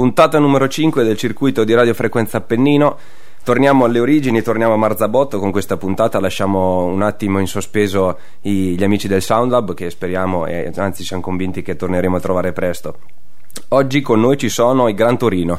Puntata numero 5 del circuito di radiofrequenza Appennino. Torniamo alle origini, torniamo a Marzabotto. Con questa puntata lasciamo un attimo in sospeso gli amici del Soundlab, che speriamo e anzi siamo convinti che torneremo a trovare presto. Oggi con noi ci sono i Gran Torino.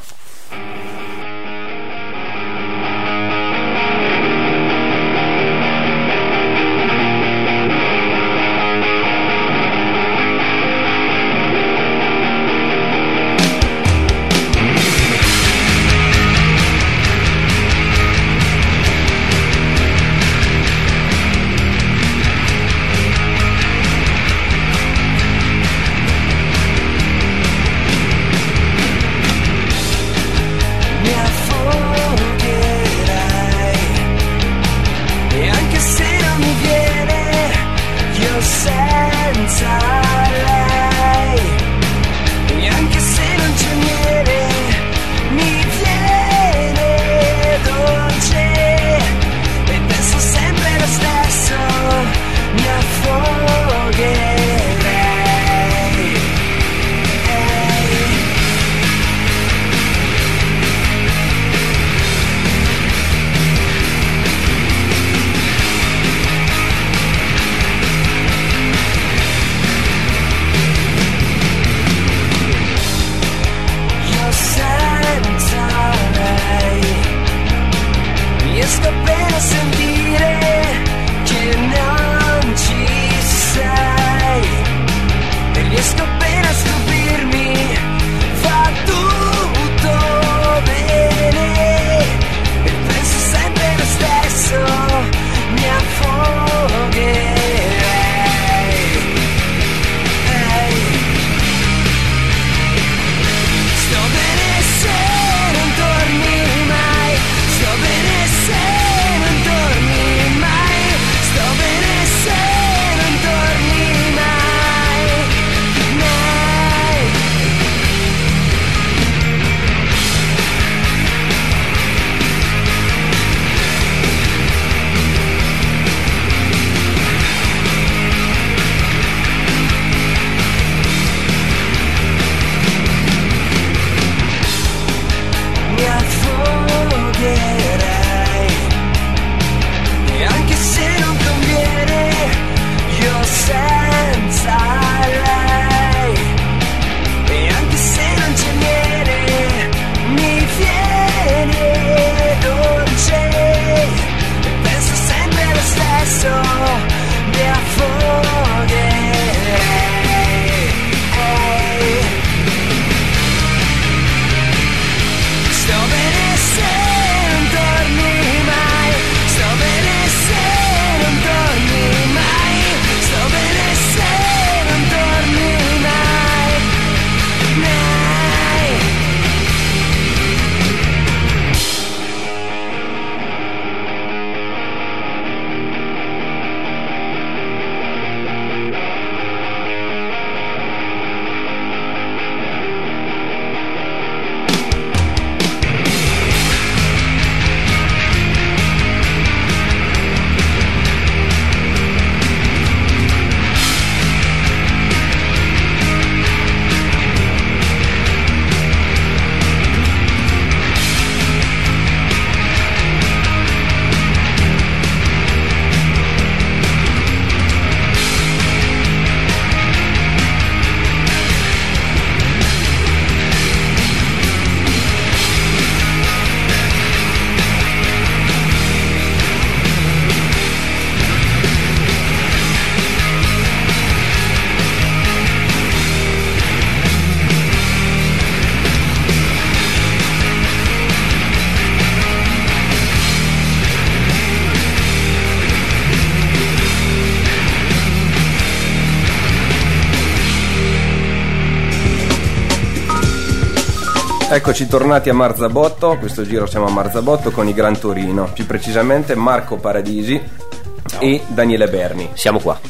Eccoci tornati a Marzabotto. Questo giro siamo a Marzabotto con i Gran Torino, più precisamente Marco Paradisi e Daniele Berni. Siamo qua.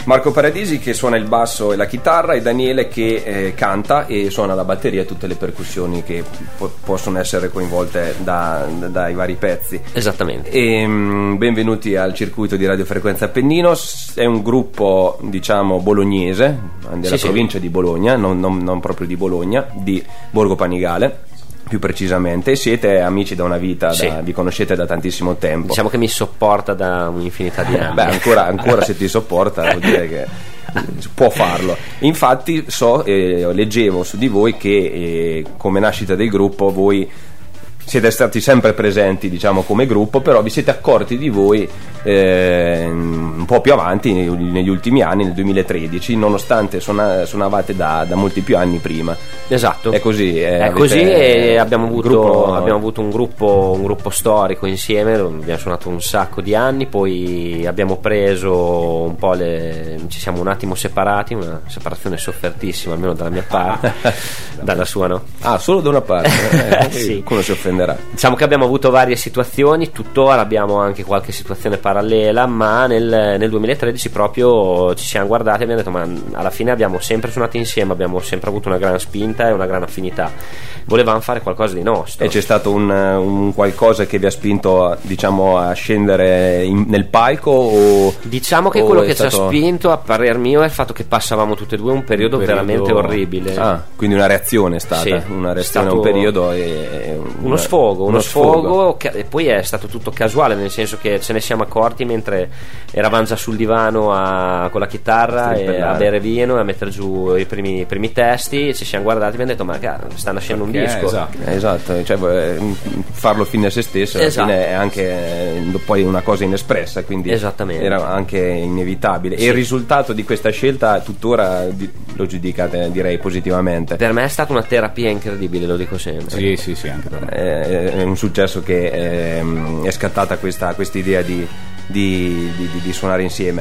Marco Paradisi che suona il basso e la chitarra, e Daniele che canta e suona la batteria e tutte le percussioni che possono essere coinvolte dai vari pezzi. Esattamente. E benvenuti al circuito di Radio Frequenza Appennino. È un gruppo, diciamo, bolognese, della provincia di Bologna, non proprio di Bologna, di Borgo Panigale più precisamente. Siete amici da una vita, vi conoscete da tantissimo tempo. Diciamo che mi sopporta da un'infinità di anni. Beh, ancora se ti sopporta vuol dire che può farlo. Infatti leggevo su di voi che come nascita del gruppo voi siete stati sempre presenti, diciamo, come gruppo, però vi siete accorti di voi un po' più avanti negli ultimi anni, nel 2013, nonostante suonavate da molti più anni prima. Esatto, è così. È così, e abbiamo avuto un gruppo storico insieme, abbiamo suonato un sacco di anni, poi abbiamo preso un po' ci siamo un attimo separati, una separazione soffertissima, almeno dalla mia parte. Dalla sua no? Ah, solo da una parte? Sì. Come si offenderà? Diciamo che abbiamo avuto varie situazioni, tuttora abbiamo anche qualche situazione parallela, ma nel 2013 proprio ci siamo guardati e abbiamo detto: ma alla fine abbiamo sempre suonato insieme, abbiamo sempre avuto una gran spinta e una gran affinità, volevamo fare qualcosa di nostro. E c'è stato un qualcosa che vi ha spinto, diciamo, a scendere nel palco? O diciamo che quello che ci ha spinto, a parer mio, è il fatto che passavamo tutte e due un periodo veramente orribile. Quindi una reazione è stata, sì, una reazione a un periodo e uno sfogo, e poi è stato tutto casuale, nel senso che ce ne siamo accorti mentre eravamo già sul divano con la chitarra e a bere vino e a mettere giù i primi testi, ci siamo guardati e abbiamo detto: ma cara, sta nascendo un disco. Esatto, cioè, farlo fine a se stesso alla fine è anche poi una cosa inespressa, quindi era anche inevitabile. E il risultato di questa scelta tuttora lo giudicate, direi, positivamente? Per me è stata una terapia incredibile, lo dico sempre. Sì, anche per me. È un successo che è scattata questa idea di suonare insieme.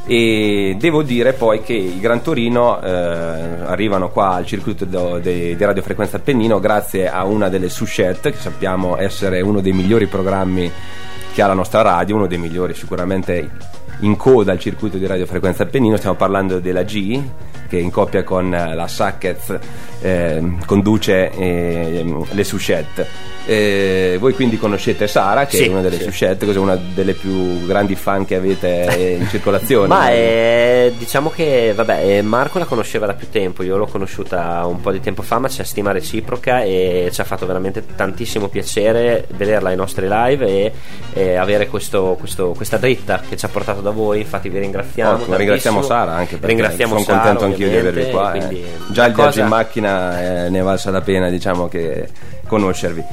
E devo dire poi che i Gran Torino arrivano qua al circuito di Radio Frequenza Appennino grazie a una delle Souchette, che sappiamo essere uno dei migliori programmi che ha la nostra radio, uno dei migliori sicuramente in coda al circuito di Radio Frequenza Appennino. Stiamo parlando della G, che in coppia con la Sackez conduce le Souchette. Voi quindi conoscete Sara, che è una delle Souchette, cos'è una delle più grandi fan che avete in circolazione? Ma diciamo che Marco la conosceva da più tempo, io l'ho conosciuta un po' di tempo fa, ma c'è stima reciproca e ci ha fatto veramente tantissimo piacere vederla ai nostri live e avere questa dritta che ci ha portato da voi. Infatti vi ringraziamo. Ringraziamo Sara anche perché sono Sara, contento anch'io di avervi qua. Già il viaggio in macchina ne è valsa la pena, diciamo, che conoscervi.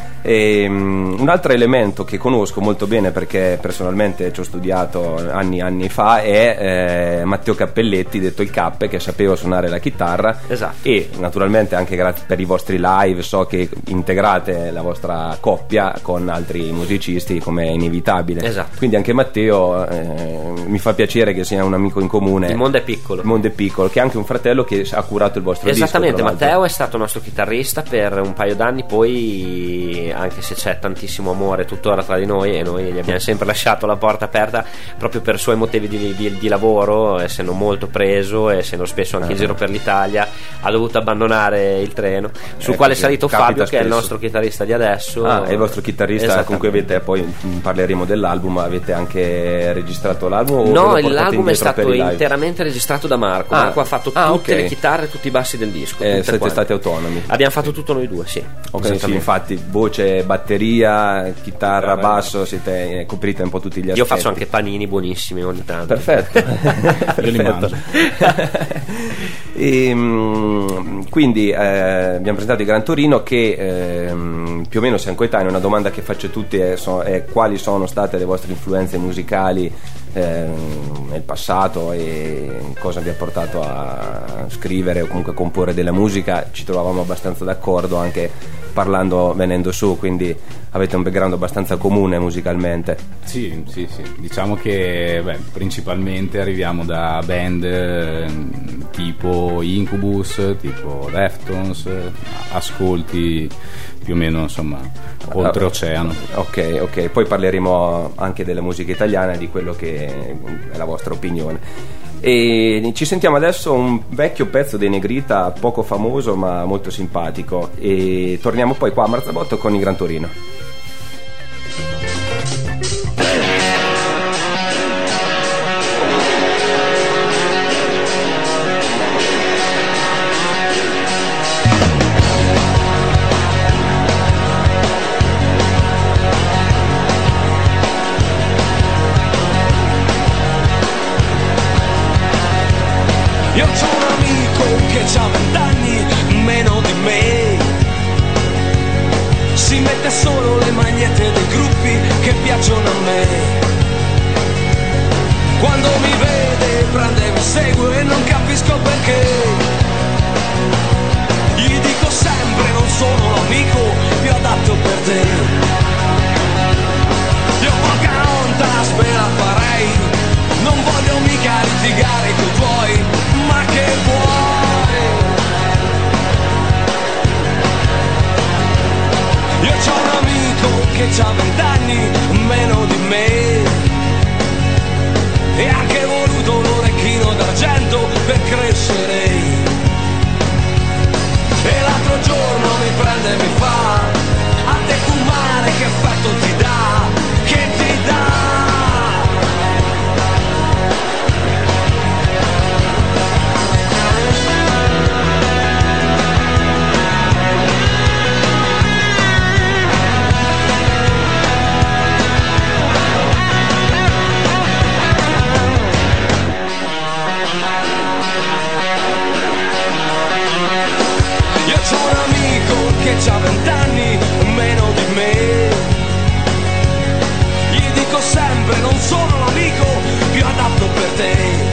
Un altro elemento che conosco molto bene, perché personalmente ci ho studiato anni fa, è Matteo Cappelletti, detto il Cappe, che sapeva suonare la chitarra. E naturalmente anche per i vostri live so che integrate la vostra coppia con altri musicisti, come è inevitabile. Quindi anche Matteo mi fa piacere che sia un amico in comune. Il mondo è piccolo, che è anche un fratello che ha curato il vostro disco. Esattamente, Matteo è stato nostro chitarrista per un paio d'anni, poi anche se c'è tantissimo amore tuttora tra di noi e noi gli abbiamo sempre lasciato la porta aperta, proprio per suoi motivi di lavoro, essendo molto preso, essendo spesso anche in giro per l'Italia, ha dovuto abbandonare il treno sul quale è salito Fabio, che è il nostro chitarrista di adesso. È il vostro chitarrista con cui avete, poi parleremo dell'album, avete anche registrato l'album? No, l'album è stato interamente registrato da Marco. Marco ha fatto tutte le chitarre e tutti i bassi del disco. Siete stati autonomi? Abbiamo fatto tutto noi due, sì. Sì, infatti voce, batteria, chitarra, basso, siete coprite un po' tutti gli aspetti. Io faccio anche panini buonissimi ogni tanto. Perfetto. Io li mangio. Quindi abbiamo presentato i Gran Torino, che più o meno siamo coetanei. Una domanda che faccio a tutti è quali sono state le vostre influenze musicali nel passato e cosa vi ha portato a scrivere o comunque a comporre della musica. Ci trovavamo abbastanza d'accordo anche venendo su, quindi avete un background abbastanza comune musicalmente. Sì, diciamo che principalmente arriviamo da band tipo Incubus, tipo Deftones, ascolti più o meno, insomma, oltreoceano. Ok, poi parleremo anche della musica italiana e di quello che è la vostra opinione. E ci sentiamo adesso un vecchio pezzo dei Negrita, poco famoso ma molto simpatico, e torniamo poi qua a Marzabotto con i Gran Torino. Io c'ho un amico che c'ha 20 anni meno di me, si mette solo le magliette dei gruppi che piacciono a me. Quando mi vede prende, mi segue e non capisco perché. Gli dico sempre non sono l'amico più adatto per te. Io Pocahontas me la farei, non voglio mica litigare coi tuoi, ma che vuoi? Io c'ho un amico che c'ha 20 anni meno di me e ha anche voluto l'orecchino d'argento per crescere. E l'altro giorno mi prende e mi fa: a te fumare che effetto ti dà? Che ti dà? Che c'ha 20 anni meno di me, gli dico sempre non sono l'amico più adatto per te.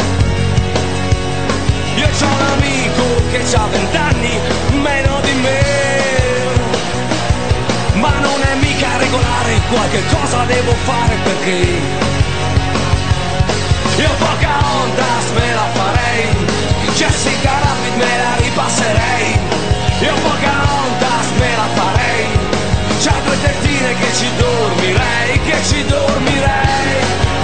Io c'ho un amico che c'ha 20 anni meno di me, ma non è mica regolare, qualche cosa devo fare perché io Pocahontas me la farei, Jessica Rabbit me la ripasserei. Io Pocahontas me la farei, c'ha 2 tettine che ci dormirei, che ci dormirei.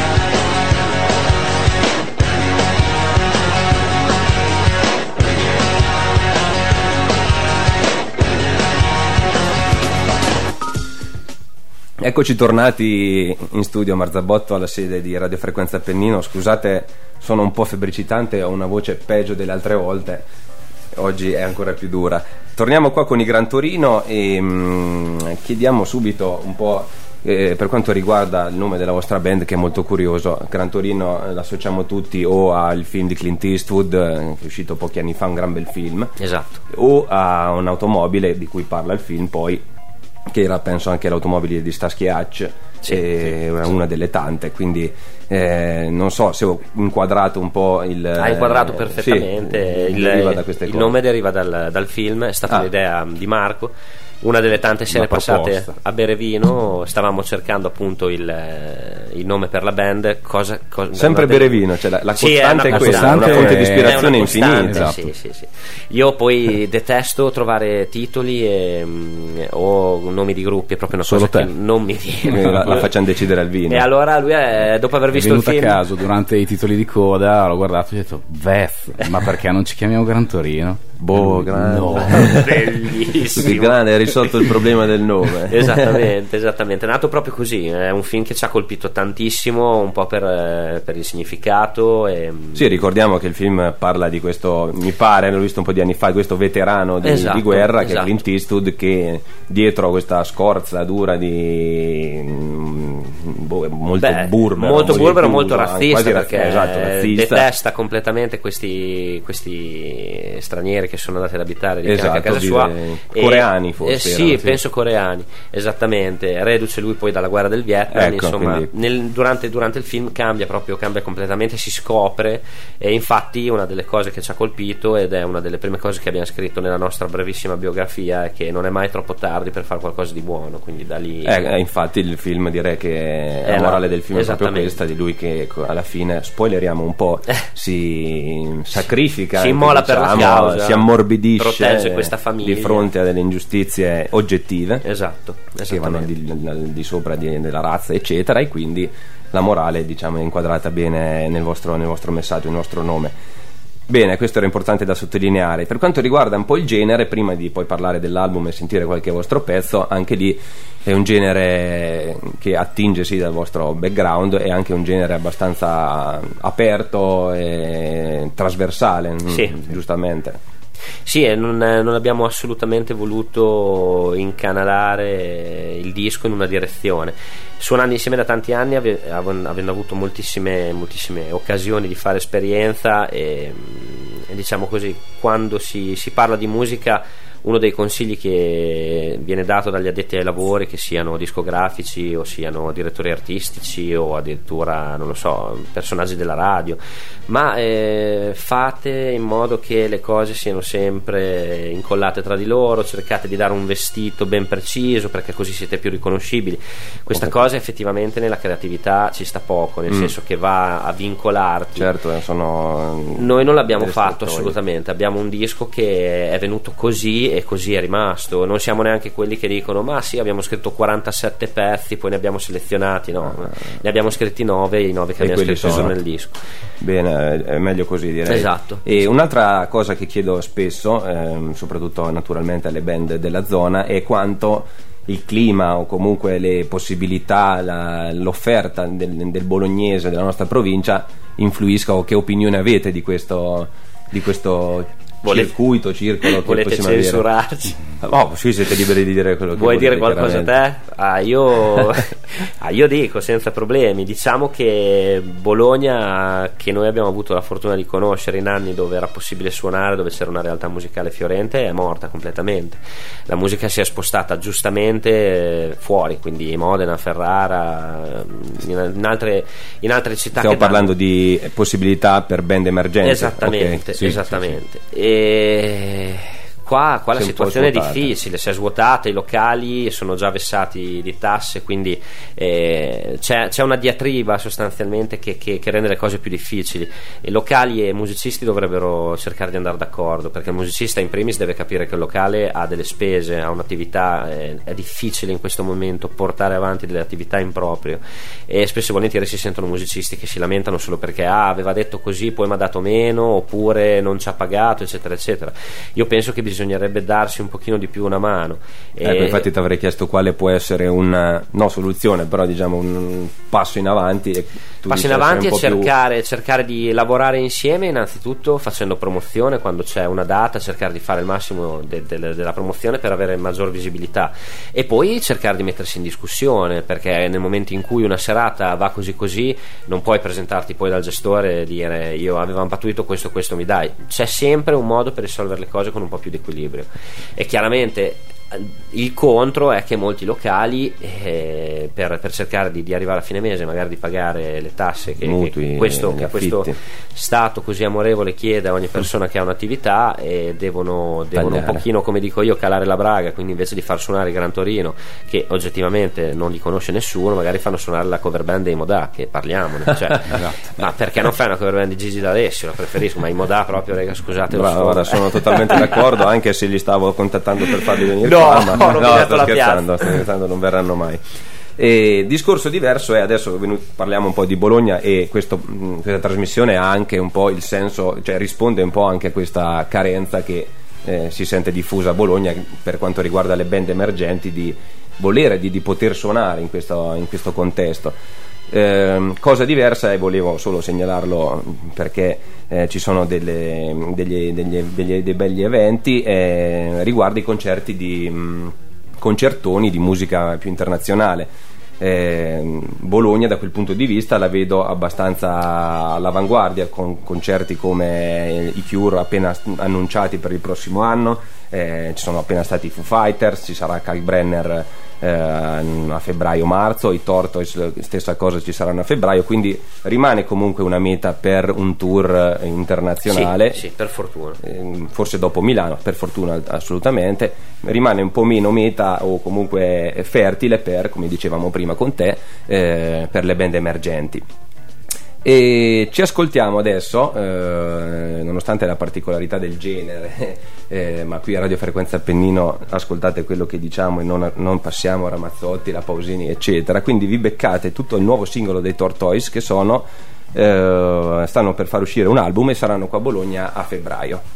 Eccoci tornati in studio a Marzabotto, alla sede di Radio Frequenza Appennino. Scusate, sono un po' febbricitante, ho una voce peggio delle altre volte, oggi è ancora più dura. Torniamo qua con i Gran Torino e chiediamo subito un po' per quanto riguarda il nome della vostra band, che è molto curioso. Gran Torino l'associamo tutti o al film di Clint Eastwood, che è uscito pochi anni fa, un gran bel film, Esatto. o a un'automobile di cui parla il film poi, che era penso anche l'automobile di Starsky Hutch, era una delle tante, quindi non so se ho inquadrato un po' il... Hai inquadrato perfettamente, sì, deriva da queste il cose. nome deriva dal film, è stata un'idea di Marco. Una delle tante sere passate a bere vino, stavamo cercando appunto il nome per la band. Sempre bere vino, cioè la costante è questa, una fonte di ispirazione infinita. Esatto. Sì. Io poi detesto trovare titoli o nomi di gruppi, è proprio una Solo cosa te. che non mi viene. La facciamo decidere al vino. E allora lui, dopo aver visto il film, a caso durante i titoli di coda, l'ho guardato e ho detto Veth, ma perché non ci chiamiamo Gran Torino? Grande. No. bellissimo, grande, hai risolto il problema del nome. esattamente, è nato proprio così. È un film che ci ha colpito tantissimo, un po' per il significato Sì, ricordiamo che il film parla di questo, mi pare, l'ho visto un po' di anni fa, questo veterano di guerra, che è Clint Eastwood, che dietro questa scorza dura di molto burbero, molto razzista, perché razzista, detesta completamente questi stranieri che sono andati ad abitare di fianco a casa sua, coreani forse sì, penso coreani, esattamente, reduce lui poi dalla guerra del Vietnam, ecco, insomma durante il film cambia completamente, si scopre, e infatti una delle cose che ci ha colpito, ed è una delle prime cose che abbiamo scritto nella nostra brevissima biografia, è che non è mai troppo tardi per fare qualcosa di buono, quindi da lì infatti il film, direi che la morale del film è proprio questa, di lui che alla fine, spoileriamo un po', si sacrifica, si immola per la causa, si ammorbidisce, protegge questa famiglia di fronte a delle ingiustizie oggettive, esatto, che vanno di sopra della razza eccetera, e quindi la morale, diciamo, è inquadrata bene nel vostro messaggio, nel vostro nome. Bene, questo era importante da sottolineare. Per quanto riguarda un po' il genere, prima di poi parlare dell'album e sentire qualche vostro pezzo, anche lì è un genere che attinge sì dal vostro background, è anche un genere abbastanza aperto e trasversale, sì, giustamente. Sì, non abbiamo assolutamente voluto incanalare il disco in una direzione. Suonando insieme da tanti anni, avendo avuto moltissime occasioni di fare esperienza e diciamo così, quando si parla di musica, uno dei consigli che viene dato dagli addetti ai lavori, che siano discografici o siano direttori artistici o addirittura, non lo so, personaggi della radio, ma fate in modo che le cose siano sempre incollate tra di loro, cercate di dare un vestito ben preciso perché così siete più riconoscibili. Questa cosa effettivamente nella creatività ci sta poco, nel senso che va a vincolarti. Certo, noi non l'abbiamo fatto assolutamente, abbiamo un disco che è venuto così e così è rimasto. Non siamo neanche quelli che dicono ma sì, abbiamo scritto 47 pezzi, poi ne abbiamo selezionati, no, ne abbiamo scritti 9 e i 9 che abbiamo scritto sono nel disco. Bene, è meglio così, direi. Esatto. E un'altra cosa che chiedo spesso, soprattutto naturalmente alle band della zona, è quanto il clima o comunque le possibilità, l'offerta del bolognese, della nostra provincia, influisca, o che opinione avete di questo circolo. Volete censurarci? No, sì, siete liberi di dire quello che vuoi volete. Dire qualcosa te? Io dico senza problemi. Diciamo che Bologna, che noi abbiamo avuto la fortuna di conoscere in anni dove era possibile suonare, dove c'era una realtà musicale fiorente, è morta completamente. La musica si è spostata giustamente fuori, quindi Modena, Ferrara, in altre città. Stiamo parlando di possibilità per band emergenti. Esattamente, okay. Esattamente. Sì. E qua la situazione è difficile, si è svuotata, i locali sono già vessati di tasse, quindi c'è una diatriba sostanzialmente che rende le cose più difficili. I locali e musicisti dovrebbero cercare di andare d'accordo, perché il musicista in primis deve capire che il locale ha delle spese, ha un'attività, è difficile in questo momento portare avanti delle attività in proprio, e spesso e volentieri si sentono musicisti che si lamentano solo perché aveva detto così, poi mi ha dato meno, oppure non ci ha pagato, eccetera eccetera. Io penso che bisognerebbe darsi un pochino di più una mano. Infatti ti avrei chiesto quale può essere una soluzione, però diciamo un passo in avanti. Passo in avanti è cercare di lavorare insieme, innanzitutto facendo promozione quando c'è una data, cercare di fare il massimo della promozione per avere maggior visibilità, e poi cercare di mettersi in discussione, perché nel momento in cui una serata va così non puoi presentarti poi dal gestore e dire io avevamo pattuito questo mi dai. C'è sempre un modo per risolvere le cose con un po' più di equilibrio, e chiaramente il contro è che molti locali per cercare di arrivare a fine mese, magari di pagare le tasse che questo Stato così amorevole chiede a ogni persona che ha un'attività, e devono un pochino, come dico io, calare la braga. Quindi invece di far suonare il Gran Torino, che oggettivamente non li conosce nessuno, magari fanno suonare la cover band dei Modà, che parliamone, cioè, esatto. Ma perché non fai una cover band di Gigi D'Alessio? La preferisco, ma i Modà proprio, rega, scusate. Guarda, sono totalmente d'accordo, anche se li stavo contattando per farli venire. No, sto scherzando, non verranno mai. Discorso diverso è adesso parliamo un po' di Bologna, e questa trasmissione ha anche un po' il senso, cioè risponde un po' anche a questa carenza che si sente diffusa a Bologna per quanto riguarda le band emergenti, di volere di poter suonare in questo contesto. Cosa diversa, e volevo solo segnalarlo perché ci sono dei belli eventi riguardo i concertoni di musica più internazionale. Bologna da quel punto di vista la vedo abbastanza all'avanguardia, con concerti come i Cure appena annunciati per il prossimo anno, ci sono appena stati i Foo Fighters, ci sarà Kalkbrenner a febbraio-marzo, i Tortoise stessa cosa, ci saranno a febbraio, quindi rimane comunque una meta per un tour internazionale. Sì, per fortuna, forse dopo Milano, per fortuna assolutamente. Rimane un po' meno meta, o comunque fertile per, come dicevamo prima con te, per le band emergenti. E ci ascoltiamo adesso, nonostante la particolarità del genere, ma qui a Radio Frequenza Appennino ascoltate quello che diciamo e non passiamo a Ramazzotti, la Pausini eccetera, quindi vi beccate tutto il nuovo singolo dei Tortoise, che stanno per far uscire un album e saranno qua a Bologna a febbraio.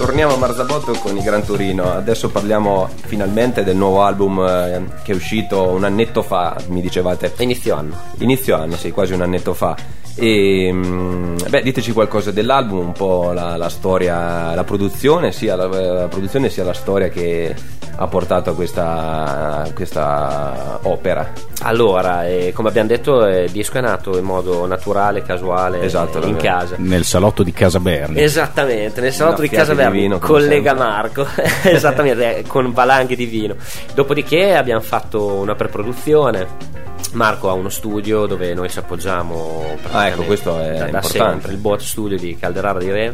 Torniamo a Marzabotto con i Gran Torino. Adesso parliamo finalmente del nuovo album che è uscito un annetto fa, mi dicevate. Inizio anno, sì, quasi un annetto fa. E diteci qualcosa dell'album, un po' la storia, la produzione, sia la produzione sia la storia che ha portato a questa opera. Allora, come abbiamo detto, il disco è nato in modo naturale, casuale, esatto, in casa. Nel salotto di Casa Berni. Esattamente, nel salotto di Casa Berni, collega Marco, esattamente, con valanghe di vino. Dopodiché abbiamo fatto una preproduzione. Marco ha uno studio dove noi ci appoggiamo questo è da importante. sempre, il Boat Studio di Calderara di Re.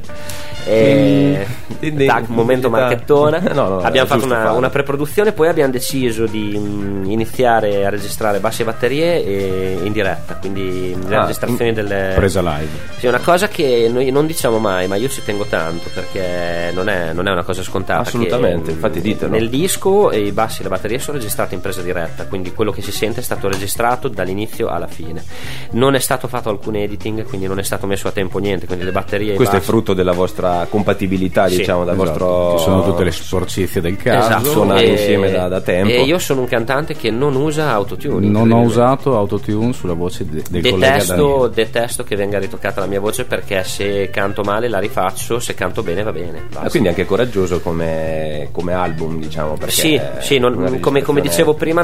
Momento marchettone. Abbiamo fatto una preproduzione, poi abbiamo deciso di iniziare a registrare bassi e batterie in diretta, quindi le registrazioni delle presa live. Sì, una cosa che noi non diciamo mai, ma io ci tengo tanto perché non è una cosa scontata. Assolutamente, infatti ditelo. Nel disco i bassi e le batterie sono registrati in presa diretta, quindi quello che si sente è stato registrato dall'inizio alla fine. Non è stato fatto alcun editing, quindi non è stato messo a tempo niente, quindi le batterie. Questo è frutto della vostra compatibilità, diciamo, dal vostro. Ci sono tutte le sporcizie del caso. Esatto. Suonare insieme da tempo. E io sono un cantante che non usa autotune. Non ho usato autotune sulla voce del collega Daniele. Detesto che venga ritoccata la mia voce, perché se canto male la rifaccio, se canto bene va bene. Quindi anche coraggioso come album, diciamo, perché sì, come dicevo prima,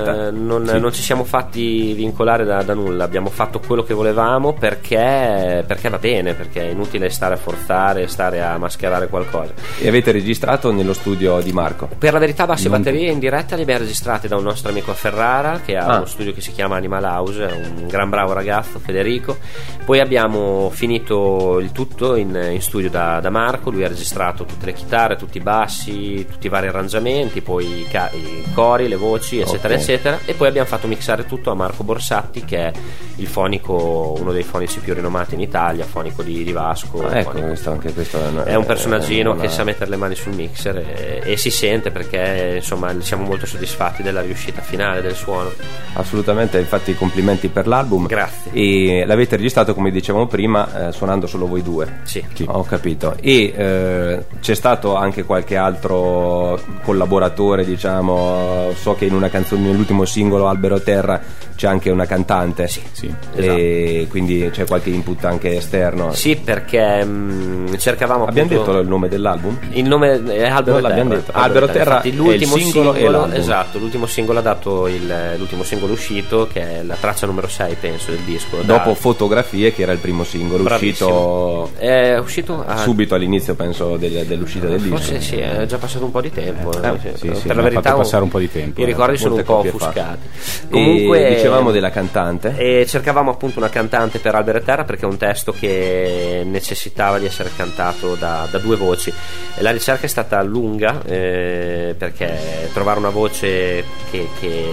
non ci siamo fatti vincolare da nulla. Abbiamo fatto quello che volevamo perché va bene, perché è inutile stare a forzare, stare a mascherare qualcosa. E avete registrato nello studio di Marco? Per la verità, bassi e batterie in diretta li abbiamo registrati da un nostro amico a Ferrara, che ha uno studio che si chiama Animal House, è un gran bravo ragazzo, Federico. Poi abbiamo finito il tutto in studio da Marco. Lui ha registrato tutte le chitarre, tutti i bassi, tutti i vari arrangiamenti, poi i cori, le voci, eccetera eccetera, e poi abbiamo fatto mixare tutto a Marco Borsatti, che è il fonico, uno dei fonici più rinomati in Italia, fonico di Vasco. Questo è un personaggino che sa mettere le mani sul mixer e si sente, perché insomma siamo molto soddisfatti della riuscita finale del suono. Assolutamente, infatti complimenti per l'album. Grazie. E l'avete registrato, come dicevamo prima, suonando solo voi due? Sì. Ho capito. E c'è stato anche qualche altro collaboratore, diciamo? So che in una canzone, nell'ultimo singolo Albero Terra, c'è anche una cantante. Sì. E esatto. Quindi c'è qualche input anche esterno. Sì, perché cercavamo. Abbiamo detto il nome dell'album? Il nome è Albero Terra. Detto. Albero Terra è l'ultimo il singolo e l'album. Esatto, l'ultimo singolo ha dato l'ultimo singolo uscito, che è la traccia numero 6, penso, del disco. Dopo Fotografie, che era il primo singolo. Bravissimo. È uscito subito all'inizio, penso, dell'uscita del disco. Forse sì, è già passato un po' di tempo. Per la verità, passare un po' di tempo. I ricordi sono un po' offuscati. Comunque dicevamo della cantante, e cercavamo appunto una cantante per Albero Terra, perché è un testo che necessitava di essere cantato da due voci. E la ricerca è stata lunga, perché trovare una voce che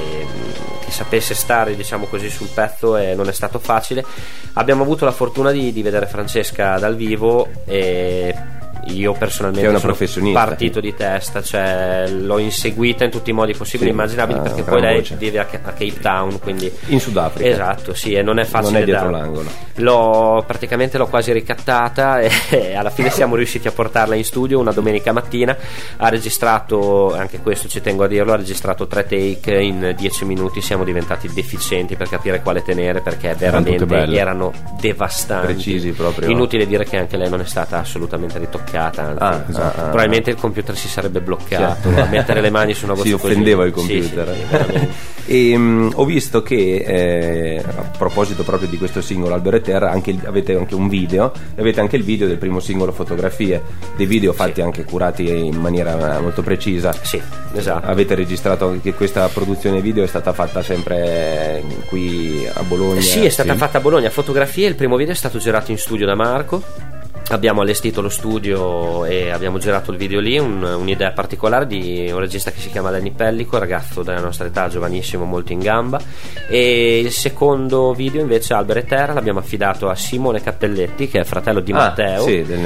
sapesse stare, diciamo così, sul pezzo non è stato facile. Abbiamo avuto la fortuna di vedere Francesca dal vivo, e io personalmente sono partito di testa, cioè l'ho inseguita in tutti i modi possibili e immaginabili, perché poi lei vive a Cape Town, quindi in Sudafrica. Esatto, sì, e non è facile. Non è dietro l'angolo. L'ho quasi ricattata e alla fine siamo riusciti a portarla in studio una domenica mattina. Ha registrato, anche questo ci tengo a dirlo, ha registrato 3 take in 10 minuti. Siamo diventati deficienti per capire quale tenere, perché veramente erano devastanti, precisi proprio. Inutile dire che anche lei non è stata assolutamente ritoccata, anzi, probabilmente il computer si sarebbe bloccato a mettere le mani su una voce si così. offendeva il computer. Sì, e ho visto che a proposito proprio di questo singolo Albero e Terra, avete anche un video, avete anche il video del primo singolo Fotografie, dei video fatti anche curati in maniera molto precisa. Sì, esatto. Avete registrato, che questa produzione video è stata fatta sempre qui a Bologna? Sì, è stata fatta a Bologna. Fotografie, il primo video è stato girato in studio da Marco. Abbiamo allestito lo studio e abbiamo girato il video lì, un'idea particolare di un regista che si chiama Danny Pellico, ragazzo della nostra età, giovanissimo, molto in gamba. E il secondo video invece, Albero e Terra, l'abbiamo affidato a Simone Cappelletti, che è fratello di Matteo,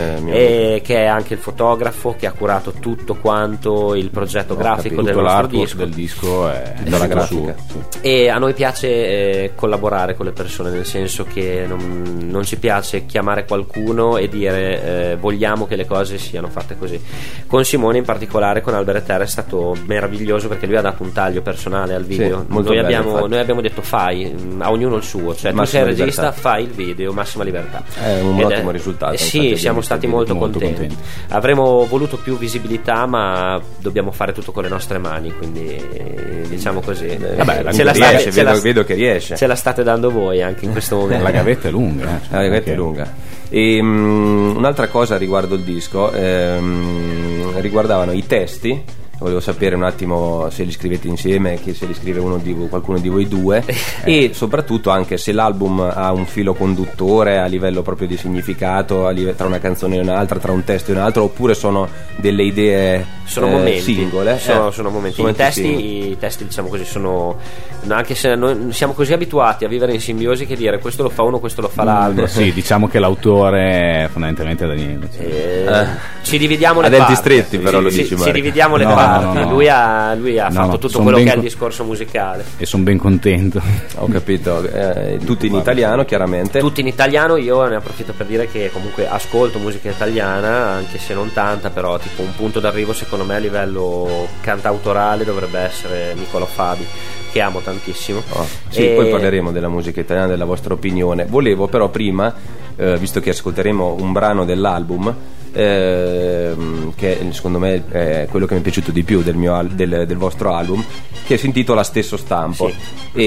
e che è anche il fotografo che ha curato tutto quanto il progetto grafico del nostro disco. Del disco è dalla grafica. E a noi piace collaborare con le persone, nel senso che non ci piace chiamare qualcuno e dire dire vogliamo che le cose siano fatte così. Con Simone in particolare, con Albert Terra, è stato meraviglioso perché lui ha dato un taglio personale al video. Sì, molto bello, noi abbiamo detto fai, a ognuno il suo, cioè massima tu sei il regista, libertà. fai il video, massima libertà. È un ottimo risultato. Sì, infatti siamo stati molto contenti. Avremmo voluto più visibilità, ma dobbiamo fare tutto con le nostre mani, quindi diciamo così. Vabbè, vedo che riesce. Ce la state dando voi anche in questo momento. La gavetta è lunga. La gavetta è lunga. E un'altra cosa riguardo il disco, riguardavano i testi. Volevo sapere un attimo se li scrivete insieme, che se li scrive qualcuno di voi due e soprattutto anche se l'album ha un filo conduttore a livello proprio di significato, tra una canzone e un'altra, tra un testo e un altro, oppure sono delle idee singole. Sono momenti. I testi diciamo così sono, anche se noi siamo così abituati a vivere in simbiosi che dire questo lo fa uno, questo lo fa l'altro. Sì, diciamo che l'autore fondamentalmente è Daniele. Ci dividiamo le a denti parti. stretti, però lo dici ci dividiamo le No, parti. no. Lui ha fatto tutto quello che è il discorso musicale. E sono ben contento. Ho capito. Tutti in italiano, chiaramente. Tutti in italiano. Io ne approfitto per dire che comunque ascolto musica italiana, anche se non tanta, però tipo un punto d'arrivo secondo me a livello cantautorale dovrebbe essere Nicolò Fabi, che amo tantissimo. Sì, poi parleremo della musica italiana, della vostra opinione. Volevo però prima, visto che ascolteremo un brano dell'album, che secondo me è quello che mi è piaciuto di più del vostro album, che si intitola Stesso Stampo. Sì.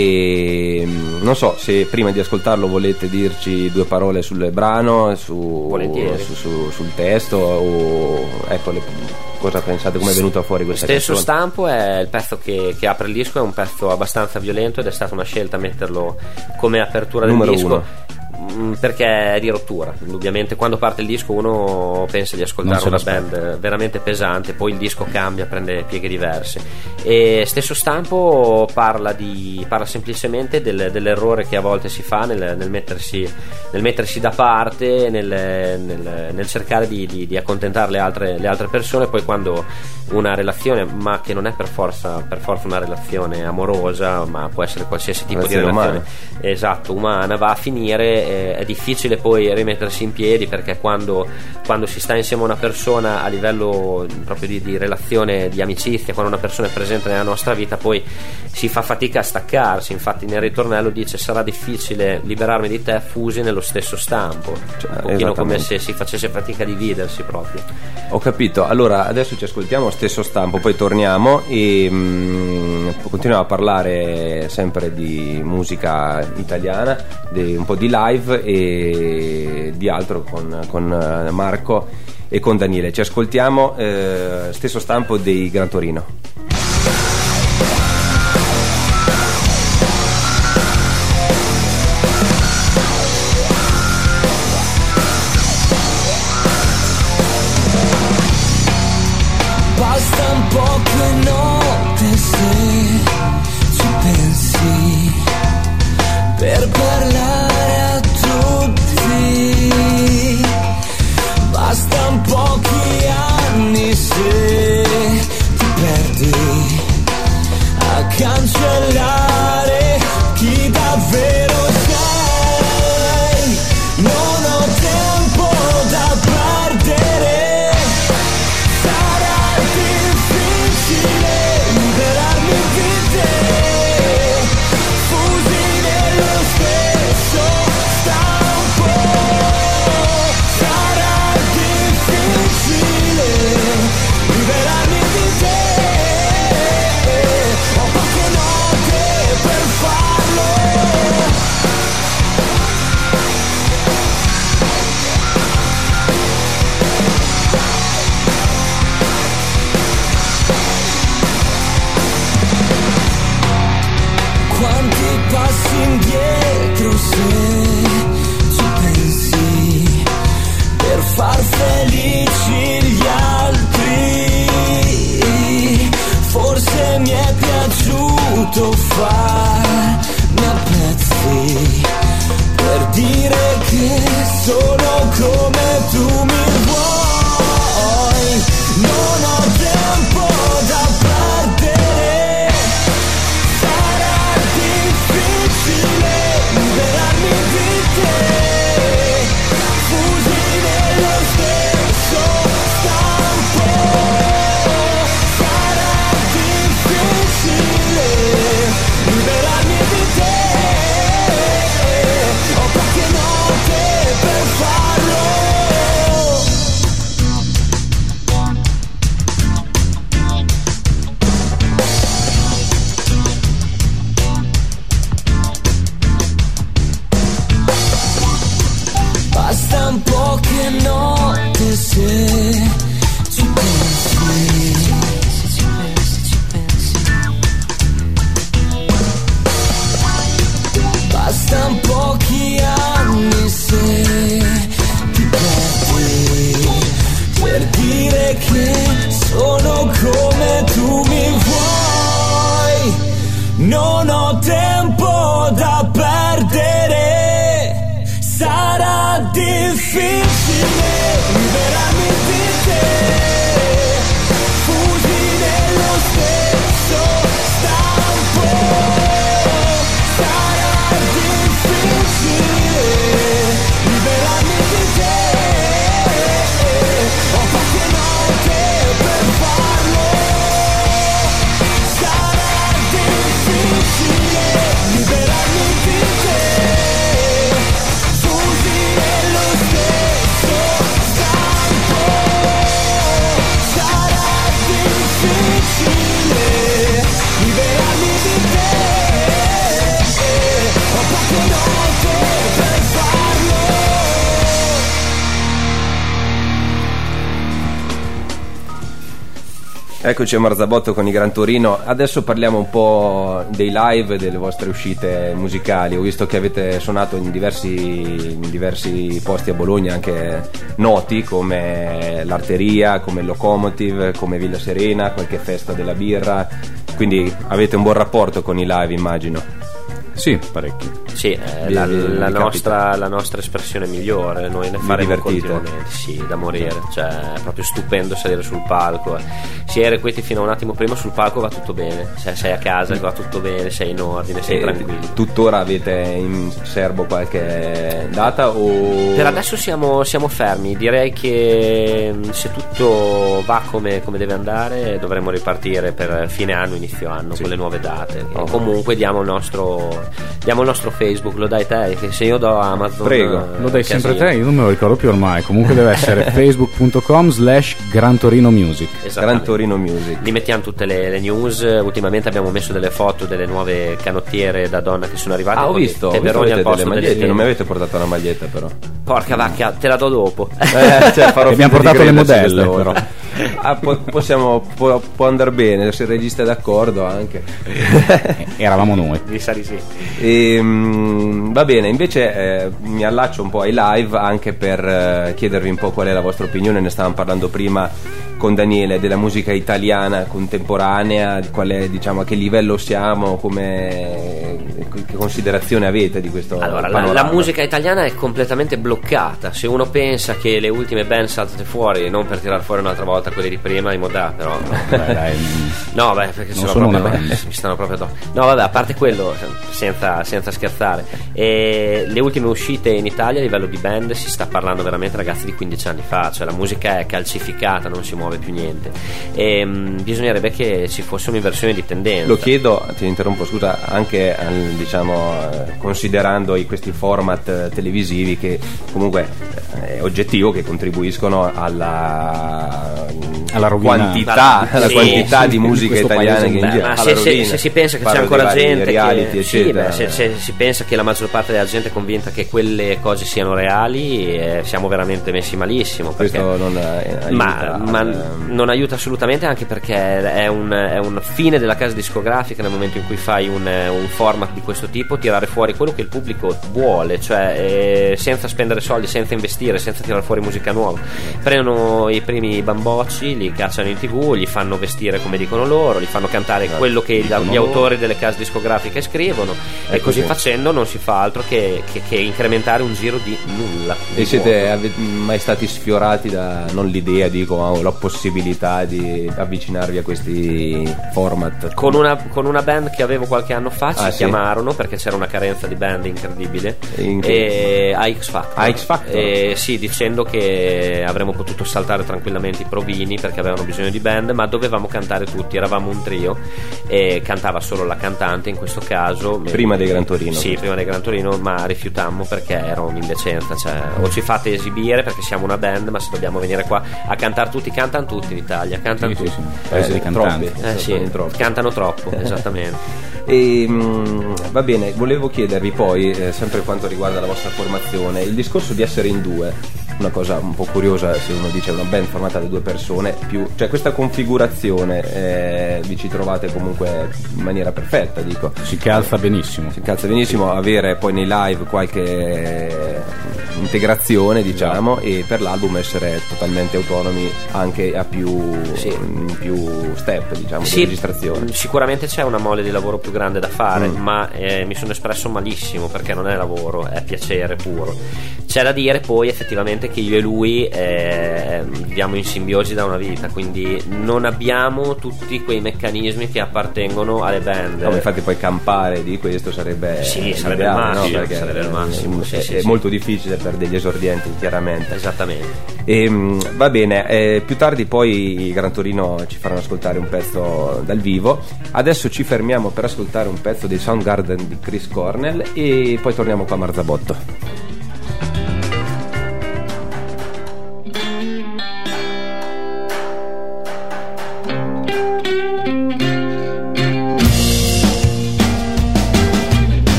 E non so se prima di ascoltarlo volete dirci due parole sul brano, sul testo, o ecco, cosa pensate, come è venuta fuori questa Stesso canzone? Stampo è il pezzo che apre il disco, è un pezzo abbastanza violento ed è stata una scelta metterlo come apertura del Numero disco. 1. Perché è di rottura. Indubbiamente quando parte il disco uno pensa di ascoltare una band veramente pesante, poi il disco cambia, prende pieghe diverse. E Stesso Stampo parla semplicemente dell'errore che a volte si fa nel mettersi da parte, nel cercare di accontentare le altre persone. Poi quando una relazione, ma che non è per forza una relazione amorosa, ma può essere qualsiasi tipo di relazione umana, va a finire, è difficile poi rimettersi in piedi, perché quando si sta insieme a una persona a livello proprio di relazione, di amicizia, quando una persona è presente nella nostra vita, poi si fa fatica a staccarsi. Infatti nel ritornello dice: sarà difficile liberarmi di te, fusi nello stesso stampo, un pochino come se si facesse fatica a dividersi proprio. Ho capito. Allora adesso ci ascoltiamo Stesso Stampo, poi torniamo e continuiamo a parlare sempre di musica italiana, un po' di live e di altro con Marco e con Daniele. Ci ascoltiamo Stesso Stampo dei Gran Torino. Basta un po' che notte se ci pensi, per parlare a tutti. Basta un pochi anni se ti perdi a cancellare chi davvero sei. Non ho tempo da perdere, sarà difficile liberarmi di te, fusi nello stesso stampo. Sarà difficile liberarmi di te, ho poche note per farlo. Quanti passi indietro se ci pensi, per far felici gli altri. Forse mi è piaciuto farmi a pezzi, per dire che sono come tu mi vuoi. Non ho tempo da perdere, sarà difficile liberarmi di te, fusi nello che sono come tu mi vuoi. Non ho tempo da perdere, sarà difficile liberarmi di te, fusi nello stesso stampo. Sarà difficile liberarmi di te, ho fatto notte per farlo. Sarà difficile liberarmi di te, fusi nello stesso stampo. Sarà difficile liberarmi di te, ho fatto notte per farlo. Eccoci a Marzabotto con i Gran Torino. Adesso parliamo un po' dei live e delle vostre uscite musicali. Ho visto che avete suonato in diversi posti a Bologna, anche noti come l'Arteria, come il Locomotive, come Villa Serena, qualche festa della birra. Quindi avete un buon rapporto con i live, immagino. Sì, parecchio. Sì, la nostra espressione migliore, noi ne faremo divertite? continuamente, sì, da morire, cioè è proprio stupendo salire sul palco. Si è irrequieti fino a un attimo prima, sul palco va tutto bene, se sei a casa va tutto bene, sei in ordine, sei tranquillo. Tuttora avete in serbo qualche data o... Per adesso siamo fermi, direi che se tutto va come deve andare dovremmo ripartire per fine anno, inizio anno, con le nuove date. Comunque diamo il nostro Facebook, lo dai te, che se io do a Amazon, prego, lo dai sempre te, io non me lo ricordo più ormai. Comunque deve essere facebook.com/Gran Torino Music. Gran Torino Music. Lì mettiamo tutte le news. Ultimamente abbiamo messo delle foto delle nuove canottiere da donna che sono arrivate. Ho visto al posto delle magliette, non mi avete portato la maglietta però. Porca vacca, te la do dopo. Abbiamo portato le modelle però. Può andare bene se il regista è d'accordo anche. Eravamo noi. Mi sa di sì. Va bene, invece mi allaccio un po' ai live anche per chiedervi un po' qual è la vostra opinione. Ne stavamo parlando prima con Daniele della musica italiana contemporanea, qual è, diciamo, a che livello siamo, che considerazione avete di questo panorama? La musica italiana è completamente bloccata. Se uno pensa che le ultime band saltate fuori, non per tirar fuori un'altra volta quelli di prima, i Modà, però no, perché non sono una band. Mi stanno proprio addosso. No, vabbè, a parte quello, senza scherzare, le ultime uscite in Italia a livello di band si sta parlando veramente, ragazzi, di 15 anni fa, cioè la musica è calcificata, non si muove più niente, e bisognerebbe che ci fosse un'inversione di tendenza. Lo chiedo, ti interrompo, scusa, anche considerando questi format televisivi che comunque è oggettivo che contribuiscono alla quantità, quantità di musica italiana che in giro. Se si pensa che c'è ancora gente reality, eccetera. Se si pensa che la maggior parte della gente è convinta che quelle cose siano reali, siamo veramente messi malissimo. Questo non aiuta, non aiuta assolutamente, anche perché è un fine della casa discografica nel momento in cui fai un format di questo tipo, tirare fuori quello che il pubblico vuole, cioè senza spendere soldi, senza investire, senza tirare fuori musica nuova. Prendono i primi bambocci, li cacciano in TV, li fanno vestire come dicono loro, li fanno cantare quello che gli autori delle case discografiche scrivono, e così facendo non si fa altro che incrementare un giro di nulla. E siete mai stati sfiorati da, non l'idea, dico, la possibilità di avvicinarvi a questi format? Con una band che avevo qualche anno fa ci chiamarono perché c'era una carenza di band incredibile, a X Factor, sì, dicendo che avremmo potuto saltare tranquillamente i provini perché avevano bisogno di band, ma dovevamo cantare tutti, eravamo un trio e cantava solo la cantante in questo caso. Prima dei Gran Torino? Sì, prima dei Gran Torino, ma rifiutammo perché era un'indecenza, cioè o ci fate esibire perché siamo una band, ma se dobbiamo venire qua a cantare tutti, cantano tutti in Italia, cantano tutti. Paese di cantanti. Cantano troppo, esattamente. Va bene, volevo chiedervi poi, sempre quanto riguarda la vostra formazione, il discorso di essere in due una cosa un po' curiosa, se uno dice una band formata da 2 persone più, cioè questa configurazione vi ci trovate comunque in maniera perfetta, dico. Si calza benissimo. Si calza benissimo, avere poi nei live qualche integrazione, diciamo, e per l'album essere totalmente autonomi anche a più step, diciamo, di registrazione. Sicuramente c'è una mole di lavoro più grande da fare, ma mi sono espresso malissimo, perché non è lavoro, è piacere puro. C'è da dire poi effettivamente che io e lui viviamo in simbiosi da una vita, quindi non abbiamo tutti quei meccanismi che appartengono alle band. No, infatti poi campare di questo sarebbe sarebbe il massimo, no? Perché sarebbe il massimo. È molto difficile per degli esordienti, chiaramente. Esattamente. Va bene, più tardi poi i Gran Torino ci faranno ascoltare un pezzo dal vivo. Adesso ci fermiamo per ascoltare un pezzo dei Soundgarden di Chris Cornell e poi torniamo qua a Marzabotto.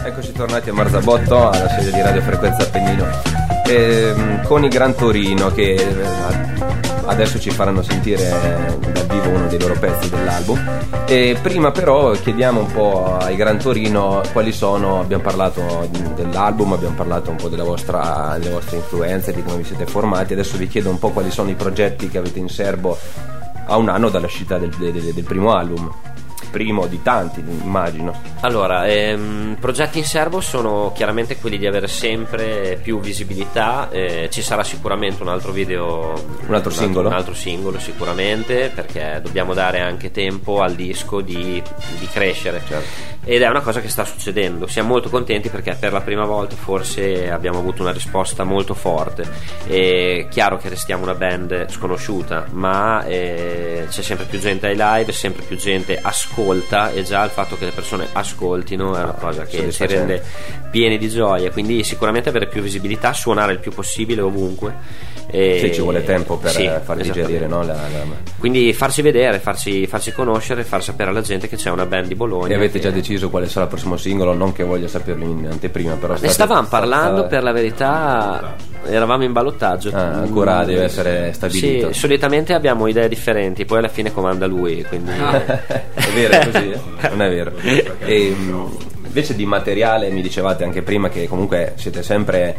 Eccoci tornati a Marzabotto, alla sede di Radio Frequenza Appennino, con i Gran Torino che adesso ci faranno sentire dal vivo uno dei loro pezzi dell'album. E prima però chiediamo un po' ai Gran Torino quali sono, abbiamo parlato dell'album, abbiamo parlato un po' delle vostre influenze, di come vi siete formati. Adesso vi chiedo un po' quali sono i progetti che avete in serbo a un anno dall'uscita del primo album. Primo di tanti, immagino. Allora, progetti in serbo sono chiaramente quelli di avere sempre più visibilità. Ci sarà sicuramente un altro video, un altro singolo sicuramente, perché dobbiamo dare anche tempo al disco di crescere. Certo. Ed è una cosa che sta succedendo. Siamo molto contenti perché per la prima volta forse abbiamo avuto una risposta molto forte. È chiaro che restiamo una band sconosciuta, ma c'è sempre più gente ai live, sempre più gente ascolta, e già il fatto che le persone ascoltino è una cosa che ci rende pieni di gioia. Quindi sicuramente avere più visibilità, suonare il più possibile ovunque. Sì, ci vuole tempo per far digerire, no? Quindi farci vedere, farci conoscere, far sapere alla gente che c'è una band di Bologna. E avete già deciso quale sarà il prossimo singolo? Non che voglio saperlo in anteprima, però ne stavamo parlando, per la verità eravamo in ballottaggio. Ancora deve essere stabilito. Sì, solitamente abbiamo idee differenti, poi alla fine comanda lui, quindi è vero, è così, non è vero. E invece di materiale mi dicevate anche prima che comunque siete sempre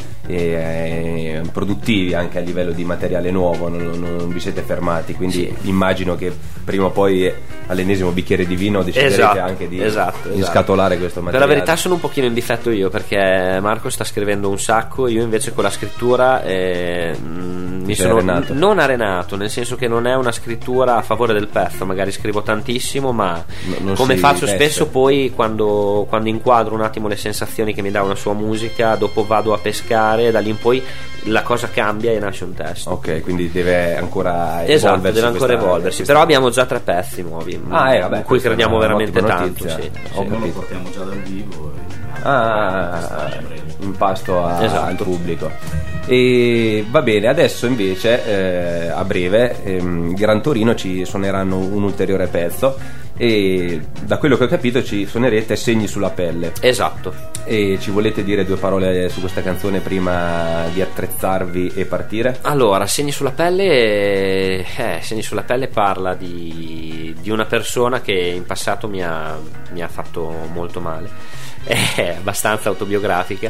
produttivi anche a livello di materiale nuovo, non vi siete fermati, quindi immagino che prima o poi all'ennesimo bicchiere di vino deciderete anche di scatolare questo materiale. Per la verità sono un pochino in difetto io, perché Marco sta scrivendo un sacco, io invece con la scrittura mi sono non arenato, nel senso che non è una scrittura a favore del pezzo, magari scrivo tantissimo, ma come faccio spesso poi quando inquadro un attimo le sensazioni che mi dà una sua musica, dopo vado a pescare e da lì in poi la cosa cambia e nasce un testo. Ok, quindi deve ancora evolversi. Esatto, deve ancora evolversi, però abbiamo già 3 pezzi nuovi in cui crediamo veramente tanto. Sì. Lo portiamo già dal vivo. In pasto al pubblico. E va bene, adesso invece a breve Gran Torino ci suoneranno un ulteriore pezzo, e da quello che ho capito ci suonerete Segni sulla pelle. Esatto. E ci volete dire 2 parole su questa canzone prima di attrezzarvi e partire? Allora, Segni sulla pelle parla di una persona che in passato mi ha fatto molto male. È abbastanza autobiografica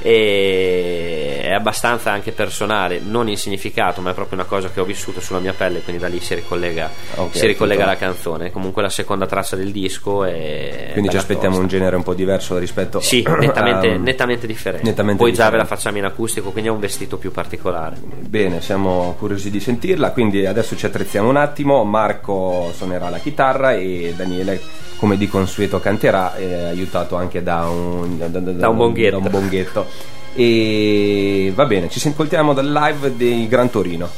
e è abbastanza anche personale, non in significato, ma è proprio una cosa che ho vissuto sulla mia pelle, quindi da lì si ricollega la canzone. Comunque la seconda traccia del disco è quindi ci aspettiamo un genere un po' diverso rispetto nettamente differente. Poi già ve la facciamo in acustico, quindi è un vestito più particolare. Bene, siamo curiosi di sentirla, quindi adesso ci attrezziamo un attimo. Marco suonerà la chitarra e Daniele, come di consueto, canterà, aiutato anche da un bonghetto. E va bene, ci ascoltiamo dal live dei Gran Torino.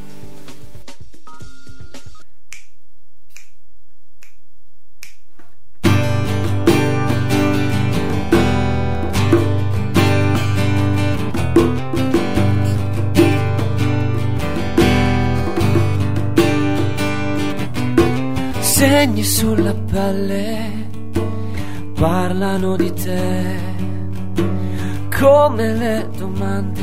Segni sulla pelle parlano di te, come le domande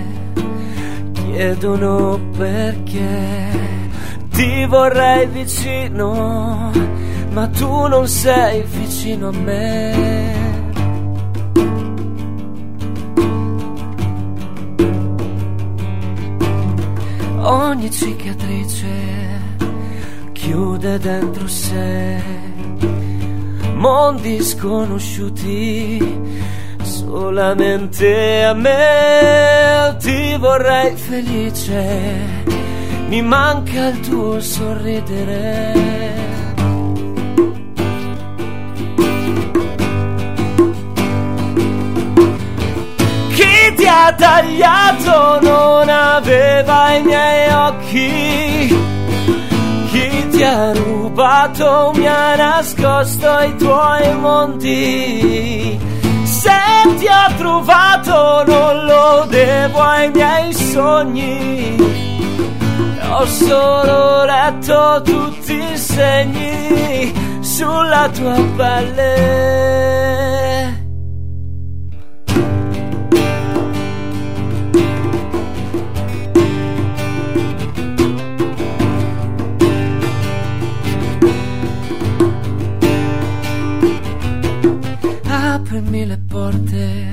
chiedono perché. Ti vorrei vicino, ma tu non sei vicino a me. Ogni cicatrice chiude dentro sé mondi sconosciuti solamente a me. Ti vorrei felice, mi manca il tuo sorridere. Chi ti ha tagliato non aveva i miei occhi, chi ti ha rubato mi ha nascosto i tuoi mondi. Se ti ho trovato non lo devo ai miei sogni, ho solo letto tutti i segni sulla tua pelle. aprimi le porte,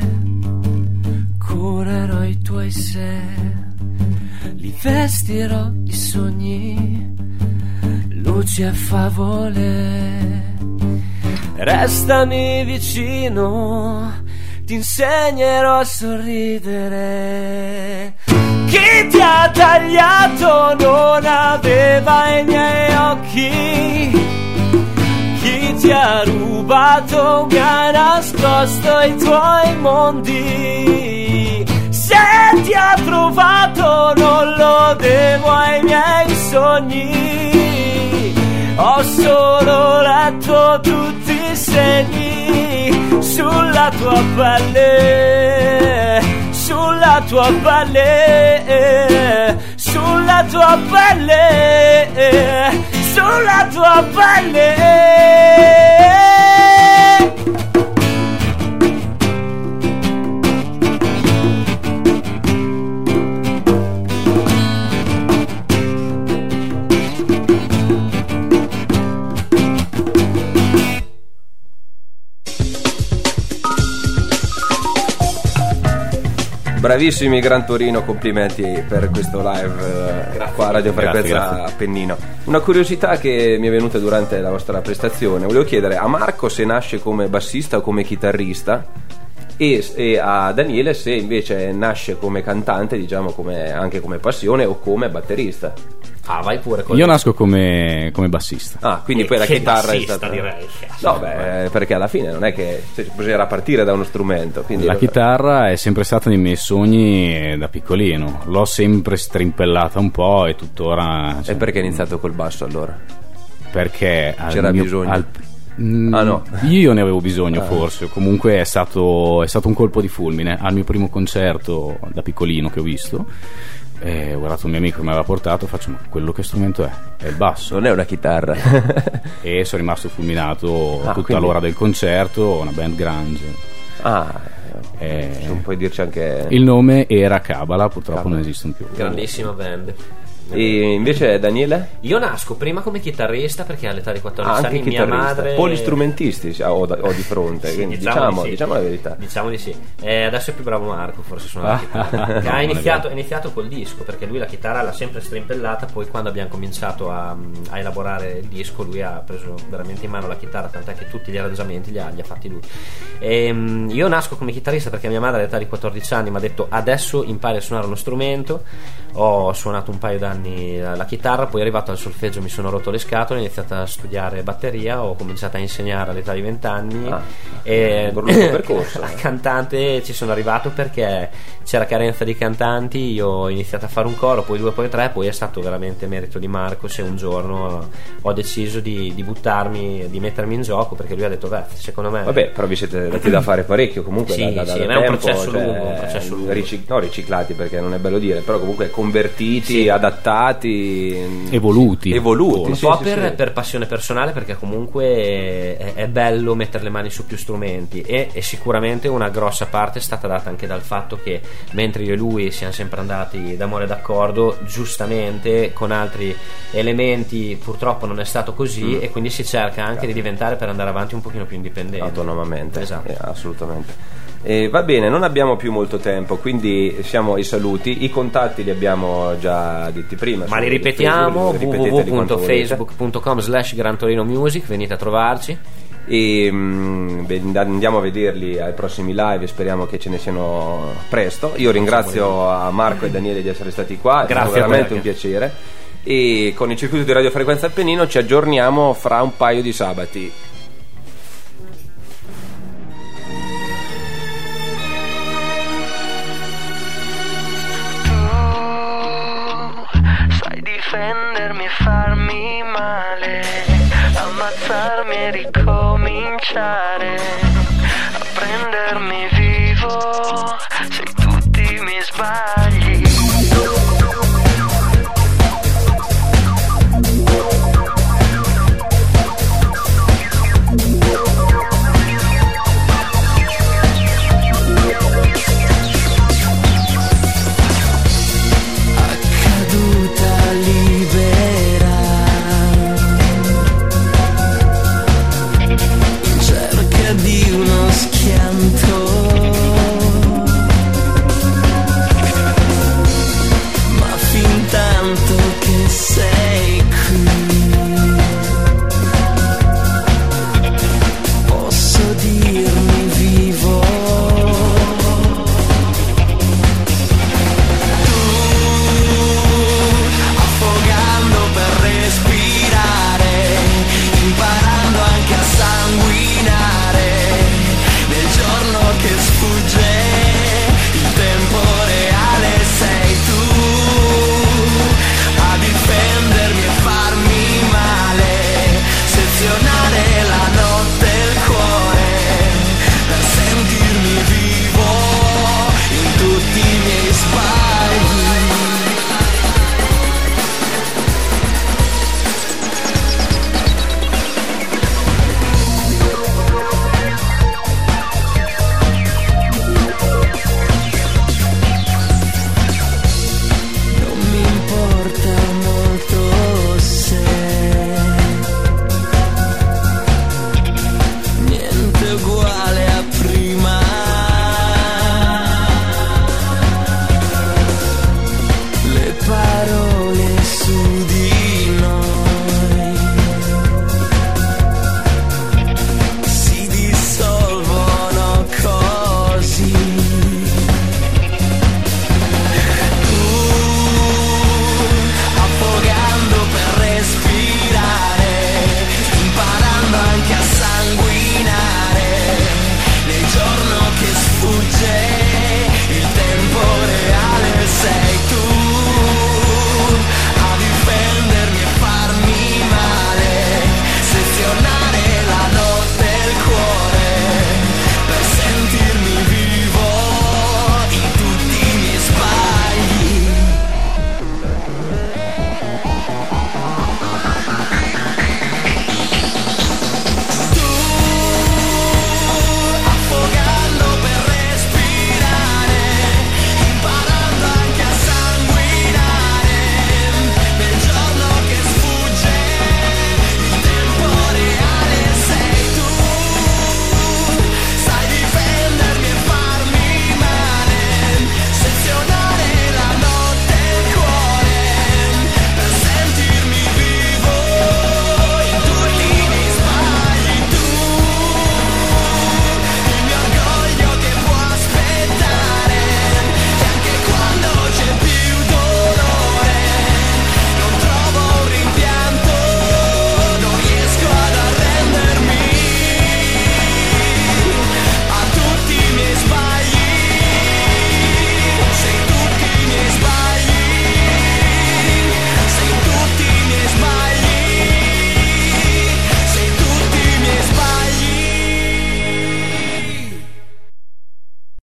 curerò i tuoi se, li vestirò di sogni, luci e favole. Restami vicino, ti insegnerò a sorridere. Chi ti ha tagliato non aveva i miei occhi, chi ti ha rubato mi ha nascosto i tuoi mondi. Se ti ha trovato non lo devo ai miei sogni, ho solo letto tutti i segni sulla tua pelle, sulla tua pelle, sulla tua pelle, sulla tua pelle. Bravissimi Gran Torino, complimenti per questo live qua a Radio Frequenza grazie. Appennino. Una curiosità che mi è venuta durante la vostra prestazione, volevo chiedere a Marco se nasce come bassista o come chitarrista e a Daniele se invece nasce come cantante, diciamo anche come passione o come batterista. Ah, vai pure con Io nasco come bassista. Ah, quindi E poi la che chitarra bassista, è stata... direi. No, beh, perché alla fine non è che bisognerà partire da uno strumento, quindi La chitarra è sempre stata nei miei sogni da piccolino. L'ho sempre strimpellata un po' e tuttora. E perché hai iniziato col basso allora? Perché C'era bisogno? Ah, no. Io ne avevo bisogno, forse. Comunque è stato un colpo di fulmine. Al mio primo concerto da piccolino che ho visto, ho guardato un mio amico che mi aveva portato, faccio: ma quello che strumento è? È il basso. Non è una chitarra. E sono rimasto fulminato tutta quindi... l'ora del concerto, una band grunge. Non puoi dirci anche... Il nome era Kabbalah, purtroppo non esistono più. Grandissima band. E invece Daniele? Io nasco prima come chitarrista perché all'età di 14 Anche anni mia chitarrista. madre... Polistrumentisti ho di fronte, Sì, quindi diciamo diciamo la verità. Diciamo di sì. Adesso è più bravo Marco, forse sono la chitarra. Ha iniziato col disco, perché lui la chitarra l'ha sempre strimpellata, poi quando abbiamo cominciato a elaborare il disco lui ha preso veramente in mano la chitarra, tant'è che tutti gli arrangiamenti li ha fatti lui. Io nasco come chitarrista perché mia madre all'età di 14 anni mi ha detto: adesso impari a suonare uno strumento. Ho suonato un paio d'anni la chitarra, poi arrivato al solfeggio mi sono rotto le scatole, ho iniziato a studiare batteria, ho cominciato a insegnare all'età di 20 anni e un lungo percorso. a cantante ci sono arrivato perché c'era carenza di cantanti, io ho iniziato a fare un coro, poi 2, poi 3, poi è stato veramente merito di Marco se un giorno ho deciso di buttarmi, di mettermi in gioco, perché lui ha detto: beh, secondo me... Vabbè, però vi siete dati da fare parecchio comunque. Sì, da sì, tempo, è un processo lungo. Riciclati, perché non è bello dire, però comunque convertiti, adattati, evoluti. Un sì, po' sì, per passione personale, perché comunque è bello mettere le mani su più strumenti e sicuramente una grossa parte è stata data anche dal fatto che mentre io e lui siamo sempre andati d'amore d'accordo, giustamente con altri elementi purtroppo non è stato così e quindi si cerca anche di diventare, per andare avanti, un pochino più indipendenti autonomamente. Esatto. Assolutamente. Va bene, non abbiamo più molto tempo, quindi siamo ai saluti. I contatti li abbiamo già detti prima, ma li ripetiamo: www.facebook.com/GranTorinoMusic, venite a trovarci e andiamo a vederli ai prossimi live, speriamo che ce ne siano presto. Io ringrazio a Marco e Daniele di essere stati qua, è stato veramente un piacere, e con il circuito di Radio Frequenza Appennino ci aggiorniamo fra un paio di sabati. Difendermi e farmi male, ammazzarmi e ricominciare.